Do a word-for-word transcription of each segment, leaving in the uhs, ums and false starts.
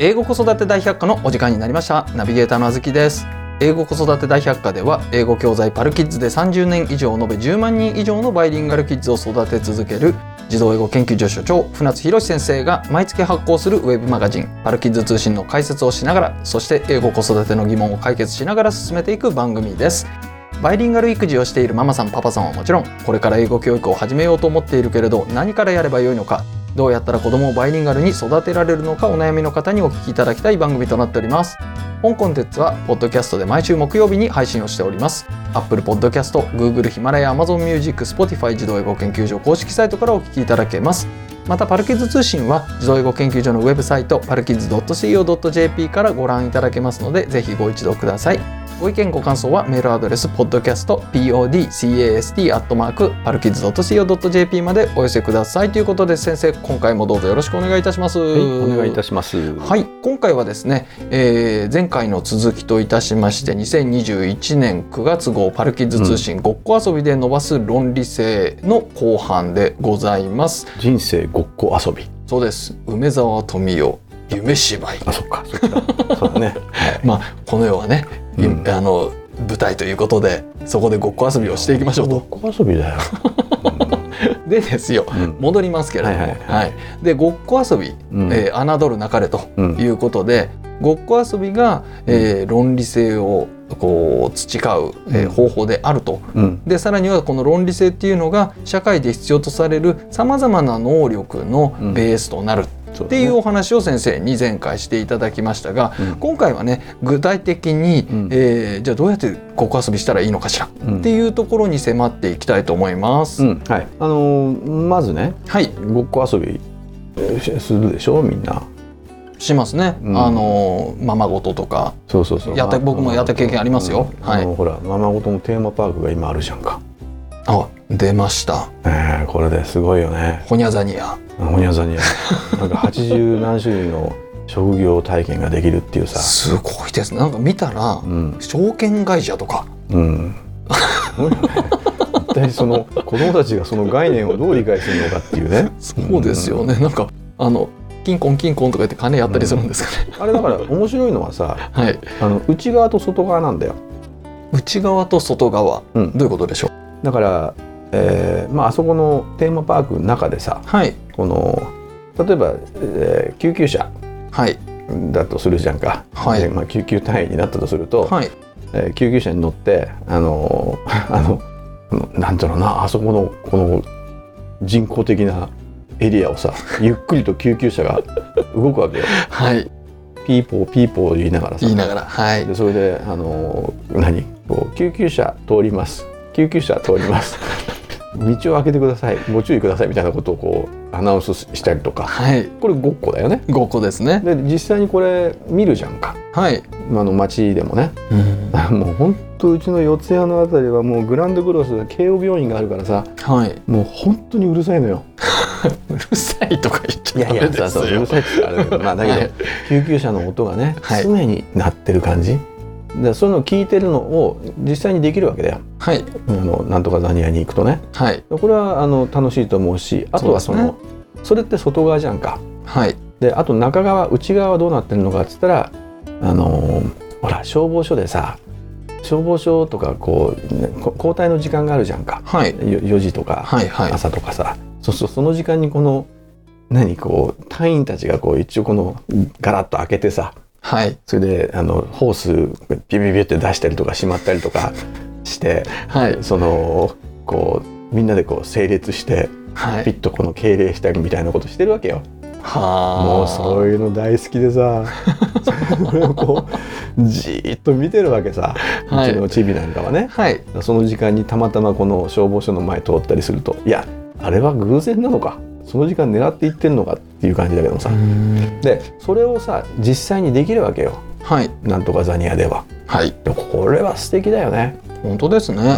英語子育て大百科のお時間になりました。ナビゲーターのあずきです。英語子育て大百科では英語教材パルキッズでさんじゅうねん以上、延べじゅうまんにん以上のバイリンガルキッズを育て続ける児童英語研究所所長船津博史先生が毎月発行するウェブマガジンパルキッズ通信の解説をしながら、そして英語子育ての疑問を解決しながら進めていく番組です。バイリンガル育児をしているママさんパパさんはもちろん、これから英語教育を始めようと思っているけれど何からやればよいのか、どうやったら子供をバイリンガルに育てられるのかお悩みの方にお聞きいただきたい番組となっております。本コンテンツはポッドキャストで毎週木曜日に配信をしております。 Apple Podcast、Google、ヒマラヤ、Amazon Music、Spotify 児童英語研究所公式サイトからお聞きいただけます。またパルキッズ通信は児童英語研究所のウェブサイトパルキッズ ドットシーオー ドット ジェーピー からご覧いただけますので、ぜひご一読ください。ご意見ご感想はメールアドレス ポッドキャスト ポッドキャスト アットマーク パルキッズ ドット シーオー ドット ジェーピー までお寄せください。ということで先生、今回もどうぞよろしくお願いいたします。はい、 お願いいたします。 はい、今回はですね、えー、前回の続きといたしましてにせんにじゅういちねんくがつ号パルキッズ通信、うん、ごっこ遊びで伸ばす論理性の後半でございます。 人生ごっこ遊び。 そうです。梅沢富美男夢芝居。 あ、そっか、そっかそうだね、はい、 まあこの世はね、うん、あの舞台ということで、そこでごっこ遊びをしていきましょうと。 ごっこ遊びだよ、 うん、でですよ、うん、戻りますけれども、はいはいはいはい、でごっこ遊び、うん、えー、侮るなかれということで、うん、ごっこ遊びが、えー、論理性をこう培う、えー、方法であると、うん、でさらにはこの論理性っていうのが社会で必要とされるさまざまな能力のベースとなる、うん、っていうお話を先生に前回していただきましたが、うん、今回はね具体的に、うん、えー、じゃあどうやってごっこ遊びしたらいいのかしら、うん、っていうところに迫っていきたいと思います。うん、 はい、あのー、まずね、はい、ごっこ遊びするでしょ、みんな。 しますね、うん、あのままごととか。 そうそうそう、 やった僕もやった経験ありますよ、 うん、はい、あのほらままごとのテーマパークが今あるじゃんか。 あ、出ました、 えー、これですごいよね。 ホニャザニアホニャザニアなんかはちじゅうなん種類の職業体験ができるっていうさ、 すごいですね。なんか見たら、うん、証券会社とか、うん、一体その子供たちがその概念をどう理解するのかっていうね。 そうですよね、うん、なんかあのキンコンキンコンとか言って金やったりするんですかね、 うん、あれだから面白いのはさ、はい、あの内側と外側なんだよ。 内側と外側、うん、どういうことでしょう。 だから、えーまあ、あそこのテーマパークの中でさ、はい、この例えば、えー、救急車だとするじゃんか、はい、まあ、救急隊員になったとすると、はい、えー、救急車に乗ってあのあのなんていうのな、あそこのこの人工的なエリアをさゆっくりと救急車が動くわけよ。はい、ピーポーピーポー言いながらさ、 言いながら、はい、 でそれであの何こう救急車通ります、救急車通ります道を開けてください、ご注意くださいみたいなことをこうアナウンスしたりとか、はい、これごっこだよね。 ごっこですね。 で実際にこれ見るじゃんか、はい、あの街でもね、うん、もう本当うちの四谷のあたりはもうグランドクロスで慶応病院があるからさ、はい、もう本当にうるさいのようるさいとか言っちゃダメですよ。いやいや、そうそう、うるさいって言ったらあれだけど、まあだけど、はい、救急車の音がね、はい、常に鳴ってる感じで、そういうのを聞いてるのを実際にできるわけだよ、はい、あのなんとかザニアに行くとね、はい、これはあの楽しいと思うし、あとはその そ,、ね、それって外側じゃんか、はい、であと中側内側はどうなってるのかっつったら、あのほら消防署でさ、消防署とかこう、ね、交代の時間があるじゃんか、はい、よじとか、はいはい、朝とかさ、そうそう、その時間にこの何こう隊員たちがこう一応このガラッと開けてさ、はい、それであのホースビビビって出したりとかしまったりとかして、はい、そのこうみんなでこう整列して、はい、ピッとこの敬礼したりみたいなことしてるわけよ。はもうそういうの大好きでさそれをこうじーっと見てるわけさ、はい、うちのチビなんかはね、はい、その時間にたまたまこの消防署の前通ったりすると、いやあれは偶然なのか、その時間狙っていってんのかっていう感じだけどさ、でそれをさ実際にできるわけよ、はい、なんとかザニアでは、はい、これは素敵だよね。 本当ですね。 うん、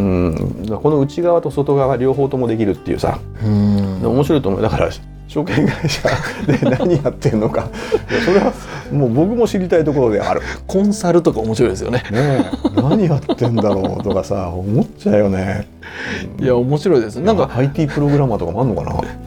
この内側と外側両方ともできるっていうさ、うんで面白いと思う。だから証券会社で何やってんのかそれはもう僕も知りたいところである。 コンサルとか面白いですよね。 ねえ何やってんだろうとかさ思っちゃうよね。 いや面白いです。なんかアイティー プログラマーとかもあんのかな。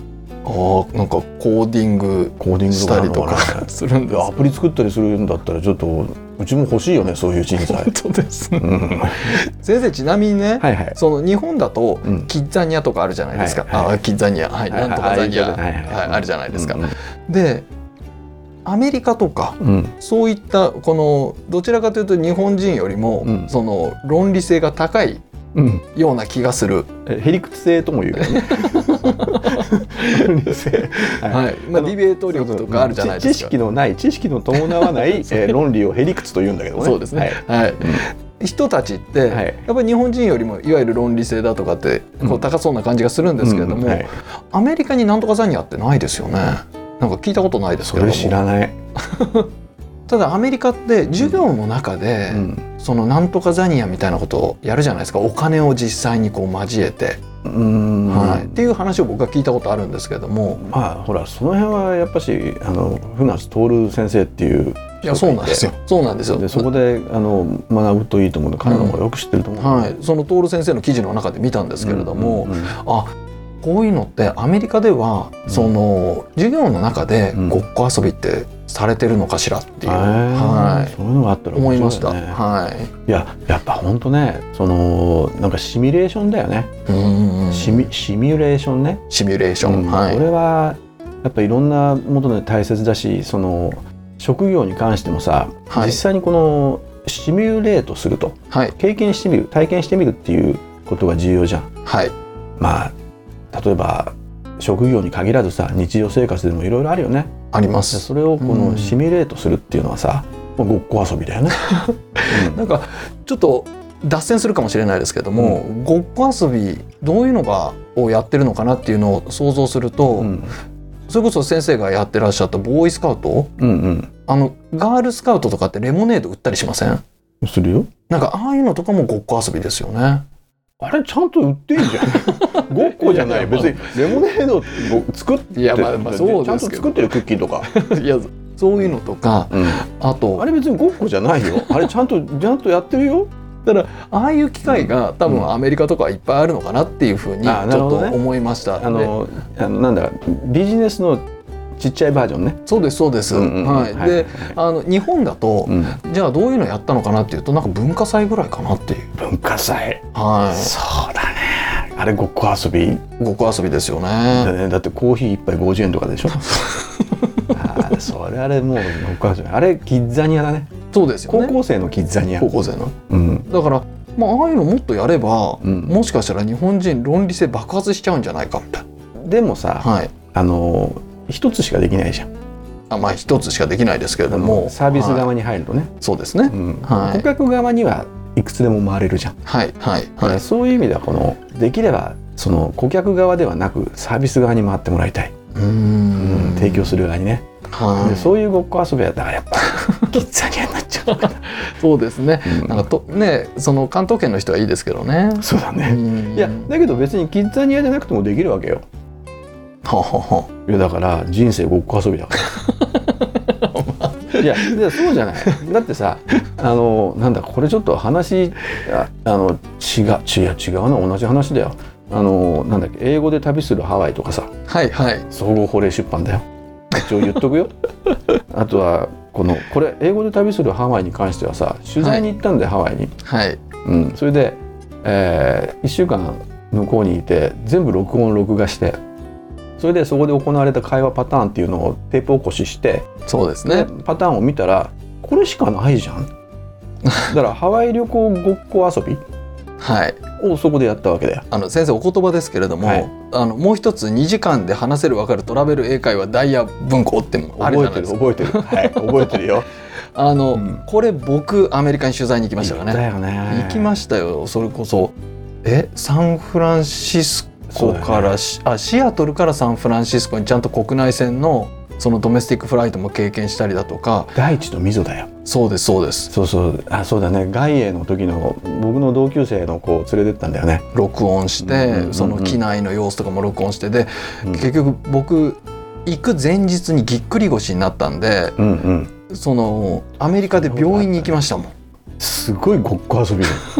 あなんかコーディングコーディングしたりとかするんです、ね、アプリ作ったりするんだったらちょっとうちも欲しいよねそういう人材。 本当ですね、うん、 先生ちなみにね、はいはい、その日本だとキッザニアとかあるじゃないですか、はいはい、あキッザニア、はい、なんとかザニア、はいはいはい、あるじゃないですか、うんうん、でアメリカとか、うん、そういったこのどちらかというと日本人よりも、うん、その論理性が高いような気がする、 うん、へりくつ性とも言うけどね論理性、 はいまあ、ディベート力とかあるじゃないですか。 知識のない知識の伴わない、えー、論理をへりくつと言うんだけどね。 そうですね、はいはい、うん、人たちって、はい、やっぱり日本人よりもいわゆる論理性だとかってこう高そうな感じがするんですけれども、うんうんはい、アメリカになんとかザニアってないですよね。なんか聞いたことないですけども。 それ知らないただアメリカって授業の中で、うん、そのなんとかザニアみたいなことをやるじゃないですか。お金を実際にこう交えて、うーん、はい、っていう話を僕は聞いたことあるんですけども、 まあほらその辺はやっぱしあの船津徹先生っていういやそうなんですよ。そうなんですよ。 でそこであの学ぶといいと思うので彼の方がよく知ってると思う、 うん、はい、その徹先生の記事の中で見たんですけれども、うんうんうん、あこういうのってアメリカでは、うん、その授業の中でごっこ遊びってされてるのかしらっていう、うんはい、 そういうのがあったら面白いですね。 思いました。はい。 いややっぱ本当ねそのなんかシミュレーションだよね。うんシミシミュレーションね。 シミュレーション。うんはい。 これはやっぱいろんなもので大切だし、その職業に関してもさ、はい、実際にこのシミュレートすると、はい、経験してみる体験してみるっていうことが重要じゃん。はい。まあ例えば職業に限らずさ日常生活でもいろいろあるよね。 あります。 それをこのシミュレートするっていうのはさ、うん、ごっこ遊びだよね、 うん、なんかちょっと脱線するかもしれないですけども、うん、ごっこ遊びどういうのがをやってるのかなっていうのを想像すると、うん、それこそ先生がやってらっしゃったボーイスカウト、うんうん、あのガールスカウトとかってレモネード売ったりしません？ するよ。 なんかああいうのとかもごっこ遊びですよね。 あれちゃんと売ってんじゃんごっこじゃない。別にレモネード作っていやまあまあそうですけどちゃんと作ってるクッキーとかいやそういうのとか、うん、あとあれ別にごっこじゃないよ。あれちゃんとちゃんとやってるよ。 だからああいう機会が多分アメリカとかいっぱいあるのかなっていうふうにちょっと思いました。 あのあのなんだビジネスのちっちゃいバージョンね。 そうですそうです。うんうんはい。で、はい、あの日本だと、うん、じゃあどういうのやったのかなっていうとなんか文化祭ぐらいかなっていう。 文化祭。はい。そうだね。あれごっこ遊び。 ごっこ遊びですよね。 だね。だってコーヒー一杯ごじゅうえんとかでしょ。あそれあれもうごっこ遊び。あれキッザニアだね。 そうですよね。 高校生のキッザニア。 高校生の。うん。だからまあああいうのもっとやれば、うん、もしかしたら日本人論理性爆発しちゃうんじゃないかみたいな。 でもさ、はい、あの。一つしかできないじゃん。 あまあ一つしかできないですけれどもサービス側に入るとね、はい、 そうですね、うんはい、顧客側にはいくつでも回れるじゃん。はいはいはい、そういう意味ではこのできればその顧客側ではなくサービス側に回ってもらいたい。うーん提供する側にね、はい、でそういうごっこ遊びはだからやっぱキッザニアになっちゃうのかなそうですね、うん、なんかとねその関東圏の人はいいですけどね。 そうだね。いやだけど別にキッザニアじゃなくてもできるわけよ。はははいやだから人生ごっこ遊びだからいやいやそうじゃない。だってさあのなんだこれちょっと話ああの違う違う違うな同じ話だよ。あのなんだっけ英語で旅するハワイとかさはいはい総合法令出版だよ。一応言っとくよあとはこのこれ英語で旅するハワイに関してはさ取材に行ったんだよ、はい、ハワイに、はいうん、それで、えー、いっしゅうかん向こうにいて全部録音録画してそれでそこで行われた会話パターンっていうのをテープ起こししてそうですねパターンを見たらこれしかないじゃんだからハワイ旅行ごっこ遊びはいをそこでやったわけだよ。 あの先生お言葉ですけれども、はい、あのもう一つにじかんで話せる分かるトラベル英会話ダイヤ文庫ってもあるじゃないですか。 覚えてる覚えてる、はい、覚えてるよあの、うん、これ僕アメリカに取材に行きましたからね。 行ったよね。 行きましたよ。それこそえサンフランシスコから、ね、あシアトルからサンフランシスコにちゃんと国内線のそのドメスティックフライトも経験したりだとか。 大地と溝だよ。 そうですそうです。 そうそうあそうだね。外営の時の僕の同級生の子を連れてったんだよね。 録音して、うんうんうんうん、その機内の様子とかも録音してで、うん、結局僕行く前日にぎっくり腰になったんで、うんうん、そのアメリカで病院に行きましたもん。 すごいごっこ遊び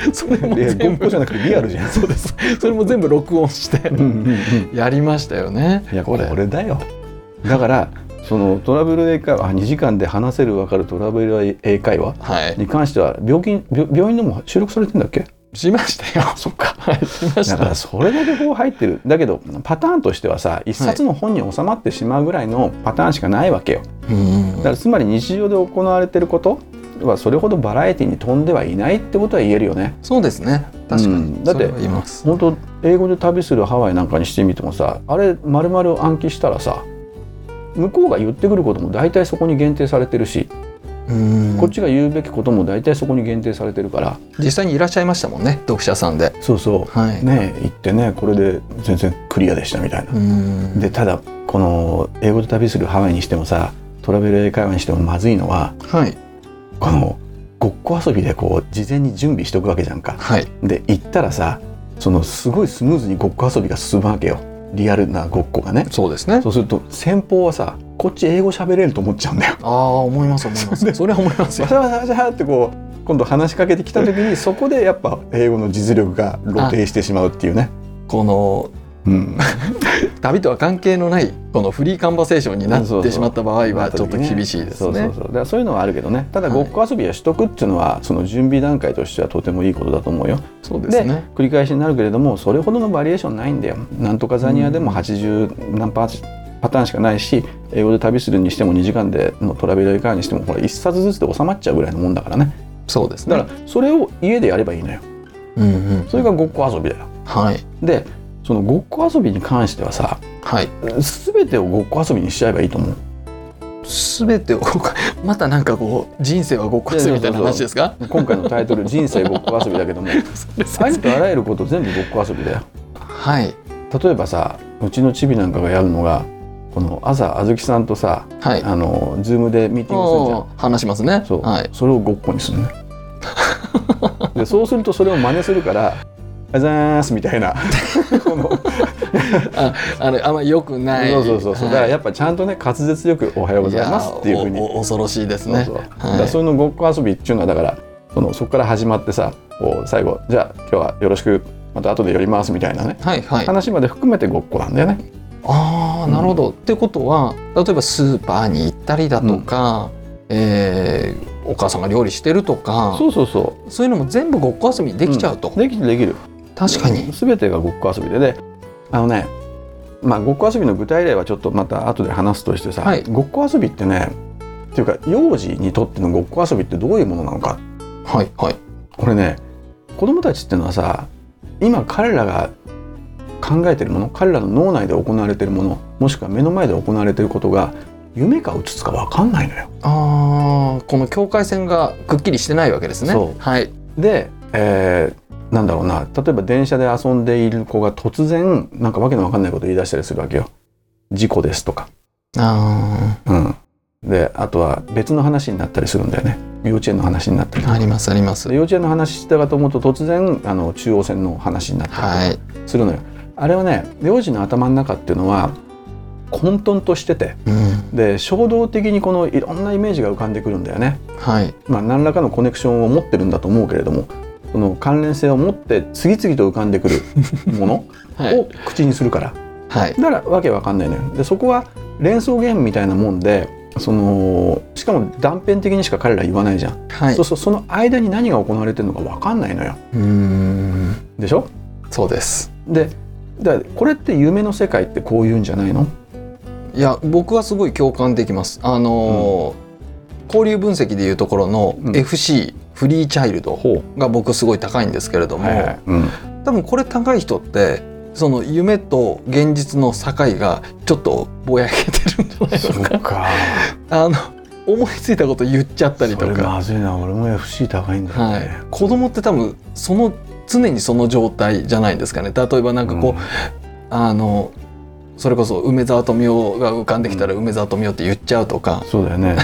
それも全部ごっこじゃなくてリアルじゃん。 そうです。それも全部録音してやりましたよね。 いやこれこれだよ。だからそのトラベル英会話、にじかんで話せる分かるトラベル英会話に関しては病気、病院でも収録されてんだっけ？ しましたよ。 そっか。 はい、しました。 だからそれだけこう入ってる。だけどパターンとしてはさ、一冊の本に収まってしまうぐらいのパターンしかないわけよ。はい、だからつまり日常で行われてることはそれほどバラエティに富んではいないってことは言えるよね。 そうですね。確かに。うん、 だって本当英語で旅するハワイなんかにしてみてもさ、あれ丸々暗記したらさ、向こうが言ってくることも大体そこに限定されてるし。うんこっちが言うべきことも大体そこに限定されてるから。 実際にいらっしゃいましたもんね、読者さんで。 そうそう、はい、ね行ってね、これで全然クリアでしたみたいな。うんでただこの英語で旅するハワイにしてもさ、トラベル英会話にしてもまずいのは、はい、このごっこ遊びでこう事前に準備しておくわけじゃんか。はい、で行ったらさ、そのすごいスムーズにごっこ遊びが進むわけよ。リアルなごっこがね。 そうですね。 そうすると先方はさ、こっち英語喋れると思っちゃうんだよ。 ああ、思います思います。それは思いますよ。 わざわざわざってこう今度話しかけてきた時にそこでやっぱ英語の実力が露呈してしまうっていうね。 この、うん、旅とは関係のないこのフリーカンバセーションになってしまった場合はちょっと厳しいですね。そうそうそう。だからそういうのはあるけどね。ただごっこ遊びはしとくっていうのは、はい、その準備段階としてはとてもいいことだと思うよ。そうですね。 で繰り返しになるけれども、それほどのバリエーションないんだよ。なんとかザニアでもはちじゅう何パーパターンしかないし、英語で旅するにしてもにじかんでのトラベル英会話にしてもほらいっさつずつで収まっちゃうぐらいのもんだからね。 そうですね。 だからそれを家でやればいいのよ。うんうん、それがごっこ遊びだよ。はい。でそのごっこ遊びに関してはさ、はい、全てをごっこ遊びにしちゃえばいいと思う。 全てをまたなんかこう人生はごっこ遊びみたいな話ですか？ 今回のタイトル人生ごっこ遊びだけどもありとあらゆること全部ごっこ遊びだよ。はい。例えばさ、うちのチビなんかがやるのが、この朝あずきさんとさ、はい、あのズームでミーティングするじゃん。 話しますね。 そう、はい、それをごっこにするね。でそうするとそれを真似するから「あざーす」みたいなこのああれあんまり良くない。 そうそうそうそう、はい、だからやっぱちゃんとね滑舌よく「おはようございます」っていうふうに。 恐ろしいですね。 そうそう、はい、だからそういうのごっこ遊びっていうのはだからそのそこから始まってさ、こう最後「じゃあ今日はよろしくまた後で寄ります」みたいなね、はいはい、話まで含めてごっこなんだよね。 ああ、なるほど。うん、ってことは例えばスーパーに行ったりだとか、うん、えー、お母さんが料理してるとか、 そうそうそう、 そういうのも全部ごっこ遊びできちゃうと。 うん、できるできる。 確かに全てがごっこ遊びでね、あのね、まあごっこ遊びの具体例はちょっとまた後で話すとしてさ、はい、ごっこ遊びってね、っていうか幼児にとってのごっこ遊びってどういうものなのか。はいはい。これね、子供たちっていうのはさ、今彼らが考えてるもの、彼らの脳内で行われてるもの、もしくは目の前で行われてることが夢かうつつか分かんないのよ。 ああ、この境界線がくっきりしてないわけですね。 そう、はい、で、えー、なんだろうな、例えば電車で遊んでいる子が突然なんかわけの分かんないことを言い出したりするわけよ。事故ですとか。ああ、うん。であとは別の話になったりするんだよね。幼稚園の話になったり。 ありますあります。 幼稚園の話してたかと思うと突然あの中央線の話になったりするのよ。はい、あれはね、幼児の頭の中っていうのは混沌としてて、うん、で衝動的にこのいろんなイメージが浮かんでくるんだよね。はい、まあ、何らかのコネクションを持ってるんだと思うけれども、その関連性を持って次々と浮かんでくるものを口にするから、はい、だからわけわかんないのよ。でそこは連想ゲームみたいなもんで、そのしかも断片的にしか彼ら言わないじゃん。はい、そうそう、その間に何が行われてるのかわかんないのよ。うーん、でしょ。 そうです。 でだこれって夢の世界ってこういうんじゃないの？ いや、僕はすごい共感できます。あの、うん、交流分析でいうところの エフシー、うん、フリーチャイルドが僕すごい高いんですけれども、はいはい、うん、多分これ高い人ってその夢と現実の境がちょっとぼやけてるんじゃないですか。そうか。あの思いついたこと言っちゃったりとか。 それまずいな。俺も エフシー 高いんだよね。はい、 子供って多分その常にその状態じゃないですかね。例えばなんかこう、うん、あのそれこそ梅沢富美男が浮かんできたら梅沢富美男って言っちゃうとか。 そうだよね。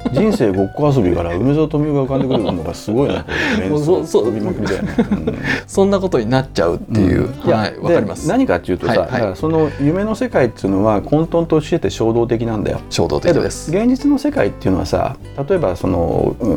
人生ごっこ遊びから梅沢富美男が浮かんでくるのがすごいな。 もうそうそう、飛びまくりだよね、うん、そんなことになっちゃうっていう、うん、いや、はい、わかります。 何かっていうとさ、はいはい、だからその夢の世界っていうのは混沌としてて衝動的なんだよ。 衝動的です。 現実の世界っていうのはさ、例えばその、うん、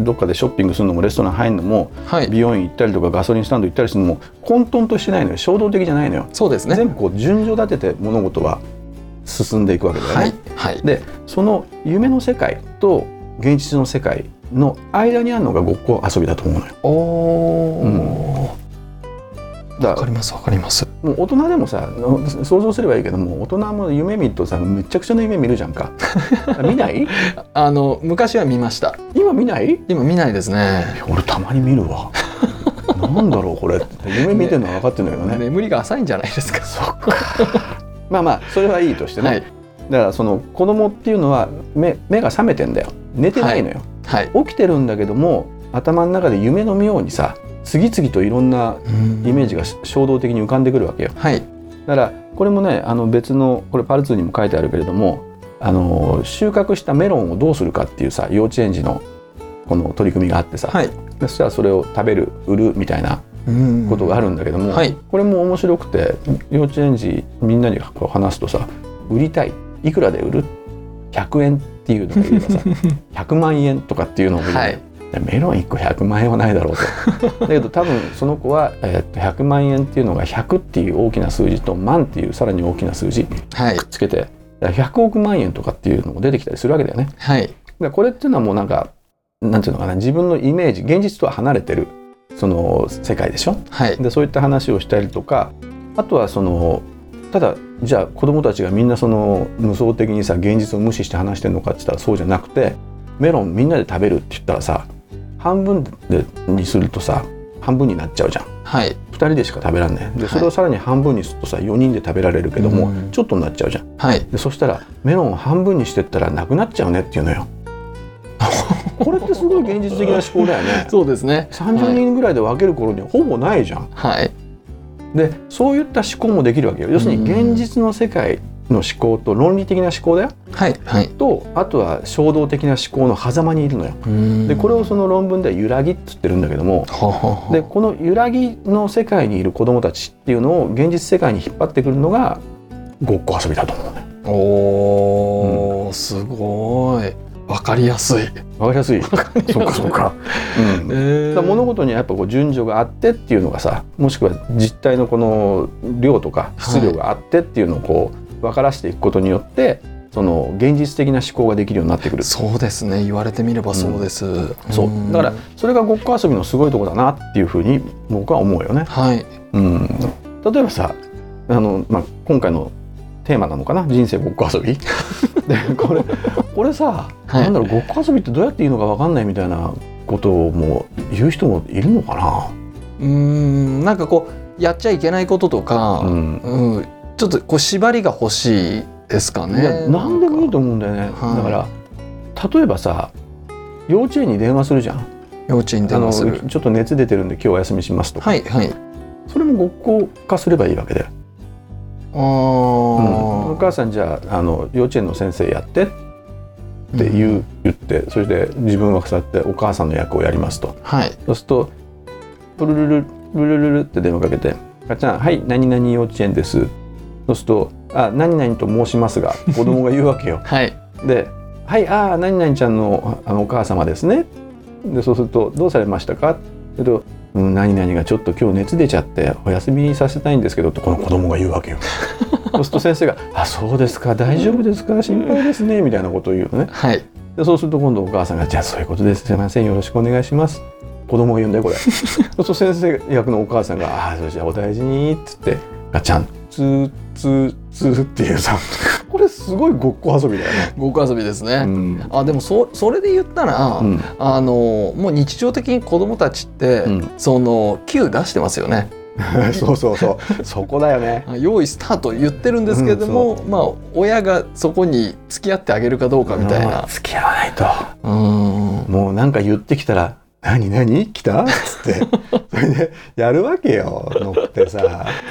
どっかでショッピングするのもレストラン入るのも、はい、美容院行ったりとかガソリンスタンド行ったりするのも混沌としてないのよ。衝動的じゃないのよ。 そうですね。 全部こう順序立てて物事は進んでいくわけだよね、はいはい、でその夢の世界と現実の世界の間にあるのがごっこ遊びだと思うのよ。 おー、うん、わかりますわかります。 もう大人でもさ想像すればいいけども、大人も夢見るとさめちゃくちゃな夢見るじゃんか見ない？ あの昔は見ました。 今見ない？ 今見ないですね。 俺たまに見るわなんだろうこれって夢見てるのは分かってるんだけどね。 眠りが浅いんじゃないですか。 そっかまあまあそれはいいとしてね、はい、だからその子供っていうのは 目, 目が覚めてんだよ。寝てないのよ、はいはい、起きてるんだけども頭の中で夢のようにさ次々といろんなイメージが衝動的に浮かんでくるわけよ、はい、だからこれもねあの別のこれパルツーにも書いてあるけれども、あの収穫したメロンをどうするかっていうさ幼稚園児のこの取り組みがあってさ、はい、そしたらそれを食べる売るみたいなことがあるんだけども、はい、これも面白くて幼稚園児みんなに話すとさ、売りたい、いくらで売る、ひゃくえんっていうのがいればさひゃくまんえんとかっていうのを見る、はい、メロンいっこひゃくまんえんはないだろうとだけど多分その子は、えー、っとひゃくまんえんっていうのがひゃくっていう大きな数字と万っていうさらに大きな数字くっつけて、はい、ひゃくおくまんえんとかっていうのも出てきたりするわけだよね、はい、だこれっていうのはもうなんかなんていうのかな、自分のイメージ現実とは離れてるその世界でしょ、はい、でそういった話をしたりとか、あとはそのただじゃあ子どもたちがみんなその無双的にさ現実を無視して話してるのかって言ったらそうじゃなくて、メロンみんなで食べるって言ったらさ半分でにするとさ半分になっちゃうじゃん、はい、ふたりでしか食べらんねんで、それをさらに半分にするとさよにんで食べられるけども、はい、ちょっとになっちゃうじゃん、はい、でそしたらメロンを半分にしてったらなくなっちゃうねっていうのよこれってすごい現実的な思考だよねそうですね。 さんじゅうにんぐらいで分ける頃にはほぼないじゃん、はい、でそういった思考もできるわけよ。要するに現実の世界の思考と論理的な思考だよ、はいはい、とあとは衝動的な思考の狭間にいるのよ。でこれをその論文では揺らぎって言ってるんだけども、ははでこの揺らぎの世界にいる子どもたちっていうのを現実世界に引っ張ってくるのがごっこ遊びだと思うね。 おー、うん、すごいわかりやすい。 わかりやすい。そうかそうか。うんえー、だ物事にはやっぱこう順序があってっていうのがさ、もしくは実態のこの量とか質量があってっていうのをこう分からしていくことによって、その現実的な思考ができるようになってくる。 そうですね。言われてみればそうです。うん、 そう。だからそれがごっこ遊びのすごいところだなっていうふうに僕は思うよね。はい。うん。例えばさ、あのまあ今回のテーマなのかな、人生ごっこ遊びでこれこれさ、はい、なんだろう、ごっこ遊びってどうやっていいのか分かんないみたいなことをもう言う人もいるのかな。 うーん、なんかこうやっちゃいけないこととか、うんうん、ちょっとこう縛りが欲しいですかね。 いや何でもいいと思うんだよね、はい、だから例えばさ幼稚園に電話するじゃん。 幼稚園に電話する。 ちょっと熱出てるんで今日お休みしますとか、 はいはい、 それもごっこ化すればいいわけだよ。あ、うん、お母さんじゃあ、あの幼稚園の先生やってって言う、うん、言ってそれで自分はそうやってお母さんの役をやりますと、はい、そうするとプルルルルルルルって電話かけて「母ちゃんはい何々幼稚園です」そうすると「あ何々と申しますが」子供が言うわけよ、はい、で「はいあ何々ちゃんの、あのお母様ですね」でそうすると「どうされましたか?」って言うとうん、何々がちょっと今日熱出ちゃってお休みさせたいんですけどとこの子供が言うわけよそうすると先生が「あそうですか大丈夫ですか心配ですね」みたいなことを言うのね、はい、でそうすると今度お母さんが「じゃあそういうことですすいませんよろしくお願いします」子供が言うんだよこれそうすると先生役のお母さんが「ああじゃあお大事に」っつってガチャンツーツーツーっていうさこれすごいごっこ遊びだよね。 ごっこ遊びですね、うん、あでも そ, それで言ったら、うん、あのもう日常的に子どもたちって、うん、そのキュー出してますよねそうそうそうそこだよね用意スタート言ってるんですけれども、うん、まあ親がそこに付き合ってあげるかどうかみたいな、 うん、付き合わないとうんもうなんか言ってきたら何何来たっつってそれでやるわけよ乗ってさ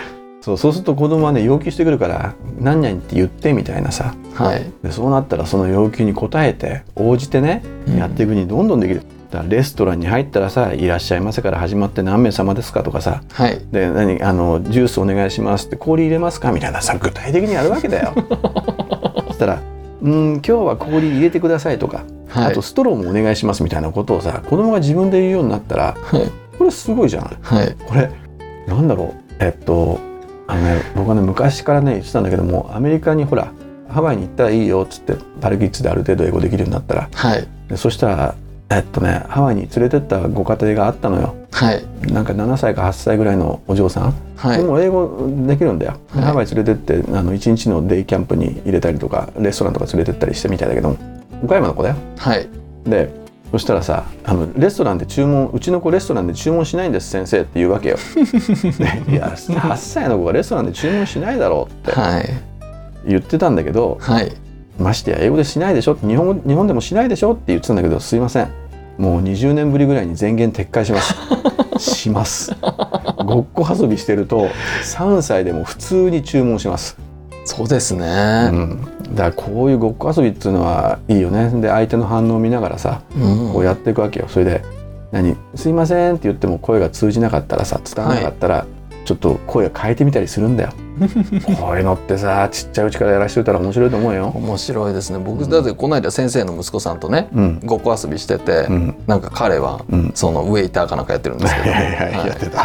そう、そうすると子供はね要求してくるから何々って言ってみたいなさ、はい、でそうなったらその要求に応えて応じてね、うん、やっていくにどんどんできる。だからレストランに入ったらさ、いらっしゃいませから始まって何名様ですかとかさ、はい、で何あのジュースお願いしますって氷入れますかみたいなさ、具体的にやるわけだよ。そしたらうん今日は氷入れてくださいとか、はい、あとストローもお願いしますみたいなことをさ子供が自分で言うようになったら、はい、これすごいじゃない、はい、これなんだろうえっとあの、ね、僕はね昔からね言ってたんだけども、アメリカにほらハワイに行ったらいいよっつってパルキッズである程度英語できるようになったら、はい、でそしたらえっとねハワイに連れてったご家庭があったのよ、はい、なんかななさいかはっさいぐらいのお嬢さん、はい、もう英語できるんだよ、はい、ハワイ連れてってあのいちにちのデイキャンプに入れたりとかレストランとか連れてったりしてみたいだけども、岡山の子だよ、はい、でそしたらさあのレストランで注文うちの子レストランで注文しないんです先生って言うわけよ。でいやはっさいの子がレストランで注文しないだろうって言ってたんだけど、はい、ましてや英語でしないでしょ日本語日本でもしないでしょって言ってたんだけど、すいませんもうにじゅうねんぶりぐらいに全言撤回しますします。ごっこ遊びしてるとさんさいでも普通に注文します。 そうですね、 うん、だからこういうごっこ遊びっていうのはいいよね。で相手の反応を見ながらさ、うん、こうやっていくわけよ。それで何すいませんって言っても声が通じなかったらさ伝わらなかったら、はい、ちょっと声を変えてみたりするんだよ。こういうのってさちっちゃいうちからやらしといたら面白いと思うよ。 面白いですね。僕だってこの間先生の息子さんとね、うん、ごっこ遊びしてて、うん、なんか彼は、うん、そのウェイターかなんかやってるんですけど、はいはいはい、やってた、はい、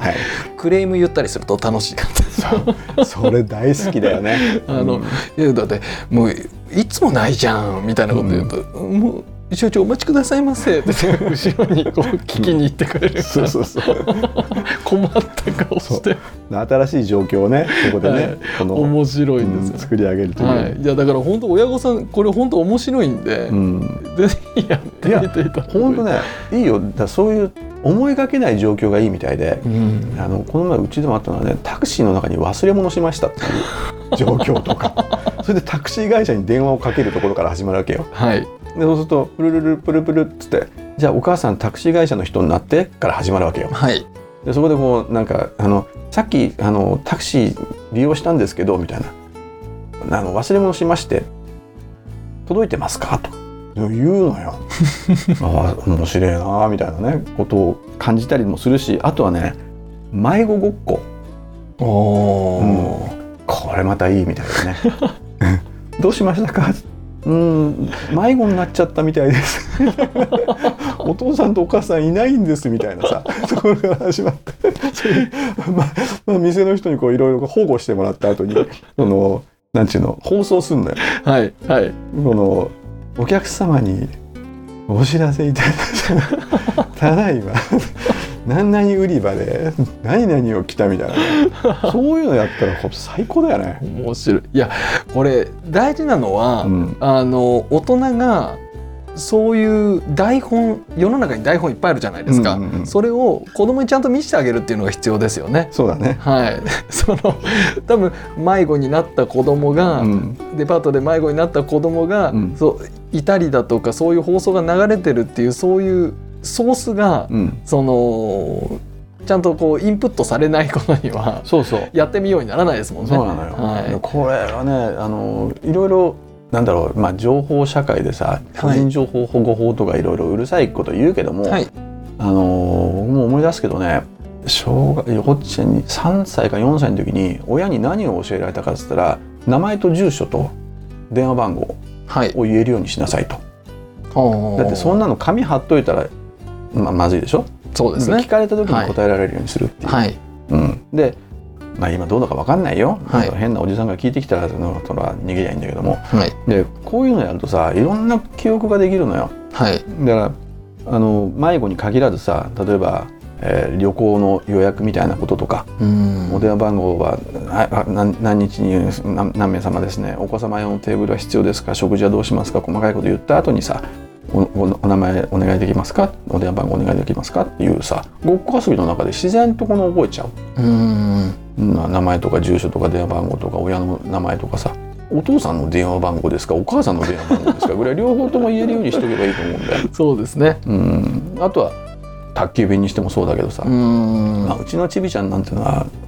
クレーム言ったりすると楽しかった。 そ, それ大好きだよね。 あの、うん、いやだってもういつもないじゃんみたいなこと言うと、うん、もう所長お待ちくださいませって後ろにこう聞きに行ってくれる、うん、そうそうそう困った顔して新しい状況をねここでね、はい、この面白いんですよ、 うん、作り上げるという、はい、 いやだから本当親御さんこれ本当面白いんで、うん、ぜひやってみていただく。 本当ねいいよ。だそういう思いがけない状況がいいみたいで、うん、あのこの前うちでもあったのはねタクシーの中に忘れ物しましたっていう状況とかそれでタクシー会社に電話をかけるところから始まるわけよ。はいでそうするとプルルルプルプルっつってじゃあお母さんタクシー会社の人になってから始まるわけよ。はい、でそこでこうなんかあのさっきあのタクシー利用したんですけどみたいなあの忘れ物しまして届いてますかと言うのよ。ああ面白いなみたいなねことを感じたりもするし、あとはね迷子ごっこ。お、うん、これまたいいみたいですね。どうしましたか。うん迷子になっちゃったみたいです。お父さんとお母さんいないんですみたいなさところから始まってそれ、まあまあ、店の人にこういろいろ保護してもらった後にそのなんていうの放送すんのよ。はいはい。このお客様にお知らせいただいただいま何々売り場で何々を着たみたいなそういうのやったら最高だよね。 面白い。いやこれ大事なのは、うん、あの大人がそういう台本世の中に台本いっぱいあるじゃないですか、うんうんうん、それを子供にちゃんと見せてあげるっていうのが必要ですよね。 そうだね、 はい、その多分迷子になった子供が、うん、デパートで迷子になった子供が、うん、そういたりだとかそういう放送が流れてるっていうそういうソースが、うん、そのちゃんとこうインプットされないことにはそうそうやってみようにならないですもんね。 そうなのよ、はい、これはねあのいろいろなんだろう、まあ、情報社会でさ個人情報保護法とかいろいろうるさいこと言うけども、はい、あの僕も思い出すけどね小学幼稚園にさんさいかよんさいの時に親に何を教えられたかっつったら名前と住所と電話番号を言えるようにしなさいと、はい、だってそんなの紙貼っといたら、まあ、まずいでしょ。そうですね。聞かれた時に答えられるようにするっていう、はいうん、でまあ、今どうだか分かんないよ、はい、変なおじさんが聞いてきたらそのそれは逃げりゃいいんだけども、はい、でこういうのやるとさいろんな記憶ができるのよ、はい、だからあの迷子に限らずさ例えば、えー、旅行の予約みたいなこととかお電話番号はあ何, 何日に 何, 何名様ですねお子様用のテーブルは必要ですか食事はどうしますか細かいこと言った後にさお, お, お名前お願いできますかお電話番号お願いできますかっていうさごっこ遊びの中で自然とこの覚えちゃう。うーん名前とか住所とか電話番号とか親の名前とかさお父さんの電話番号ですかお母さんの電話番号ですかぐらい両方とも言えるようにしとけばいいと思うんだよ。 そうですね。 うんあとは宅急便にしてもそうだけどさうーん、まあ、うちのちびちゃんなんていうのは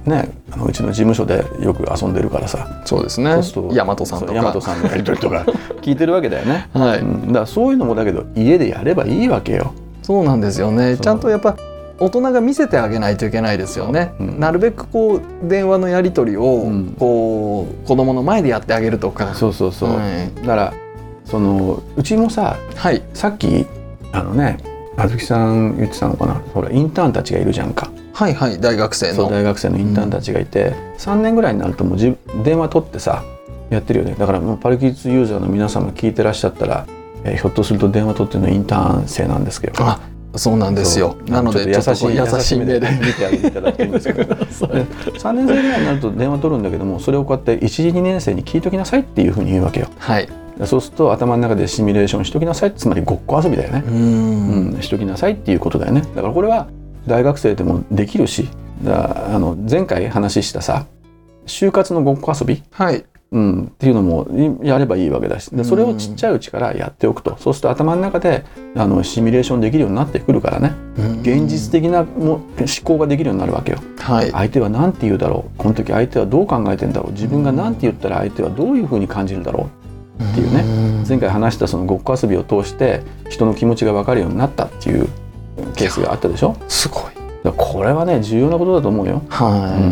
ね、あのうちの事務所でよく遊んでるからさ。 そうですね。大和さんとか。 大和さんのやり取りとか聞いてるわけだよね。 はい。 うん、だからそういうのもだけど家でやればいいわけよ。 そうなんですよね。ちゃんとやっぱ大人が見せてあげないといけないですよね。うん、なるべくこう電話のやり取りをこう、うん、子供の前でやってあげるとか。 そうそうそう。はい、だからそのうちもさ、はい、さっきあのね、あずきさん言ってたのかな。ほらインターンたちがいるじゃんか。 はいはい、大学生の。 そう大学生のインターンたちがいて、うん、さんねんぐらいになるともうじ電話取ってさやってるよね。だからもうパルキッズユーザーの皆様聞いてらっしゃったら、えー、ひょっとすると電話取ってるのインターン生なんですけど。 あ、そうなんですよ。なので優しい優しい目で見てあげていただきたいんですけどさんねん生ぐらいになると電話取るんだけども、それをこうやっていち、にねん生に聞いときなさいっていうふうに言うわけよ。はい。そうすると頭の中でシミュレーションしときなさい、つまりごっこ遊びだよね。うん、うん、しときなさいっていうことだよね。だからこれは大学生でもできるし、だあの前回話したさ就活のごっこ遊び、はい、うん、っていうのもやればいいわけだし、でそれをちっちゃいうちからやっておくと、そうすると頭の中であのシミュレーションできるようになってくるからね、現実的なも思考ができるようになるわけよ。はい、相手は何て言うだろう、この時相手はどう考えてんだろう、自分が何て言ったら相手はどういうふうに感じるだろうっていうね、前回話したそのごっこ遊びを通して人の気持ちが分かるようになったっていうケースがあったでしょ。 すごい。 これはね重要なことだと思うよ。はい、うん、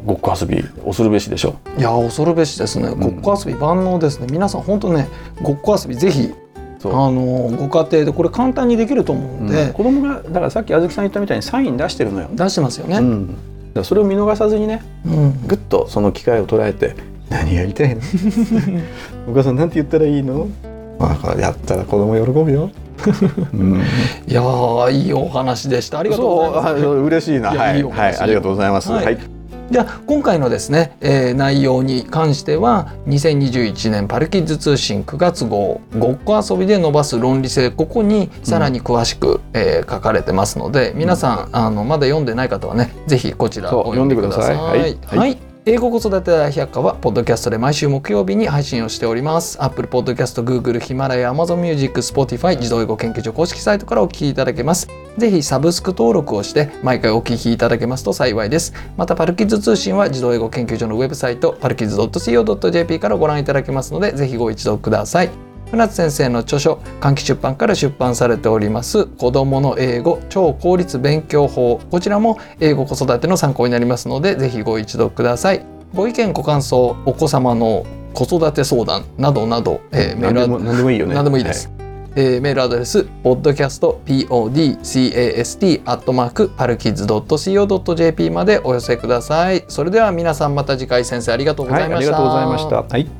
ごっこ遊び恐るべしでしょ。 いや恐るべしですね。ごっこ遊び万能ですね。皆さん本当ねごっこ遊びぜひあのご家庭でこれ簡単にできると思うんで、うん、 子供がだからさっきあずきさん言ったみたいにサイン出してるのよ。 出してますよね。うん、 だからそれを見逃さずにね、うん、ぐっとその機会を捉えて何やりたいのお母さんなんて言ったらいいの、まあ、やったら子供喜ぶよ。 うん、いやーいいお話でした。ありがとうございます。 嬉しいな。いはい、はい、ありがとうございます。はい。はい、 じゃあ今回のですね、えー、内容に関してはにせんにじゅういちねんパルキッズ通信くがつ号ごっこ遊びで伸ばす論理性、ここにさらに詳しく、うんえー、書かれてますので、皆さん、うん、あのまだ読んでない方はねぜひこちらを読んでください。はい、はい、はい英語子育て大百科はポッドキャストで毎週木曜日に配信をしております。 Apple Podcast、Google、ヒマラヤ、Amazon Music、Spotify 児童英語研究所公式サイトからお聞きいただけます。ぜひサブスク登録をして毎回お聞きいただけますと幸いです。またパルキッズ通信は児童英語研究所のウェブサイトパルキッズ ドットシーオー ドット ジェーピー からご覧いただけますのでぜひご一読ください。船津先生の著書換気出版から出版されております子どもの英語超効率勉強法、こちらも英語子育ての参考になりますのでぜひご一読ください。ご意見ご感想、お子様の子育て相談などなど、えー、メールアドレス何でもいいよね。 何でもいいです。はいえー、メールアドレス ポッドキャスト ポッドキャスト アットマーク パルキッズ ドットシーオー ドット ジェーピー までお寄せください。それでは皆さんまた次回。先生ありがとうございました。 はい、ありがとうございました。はい。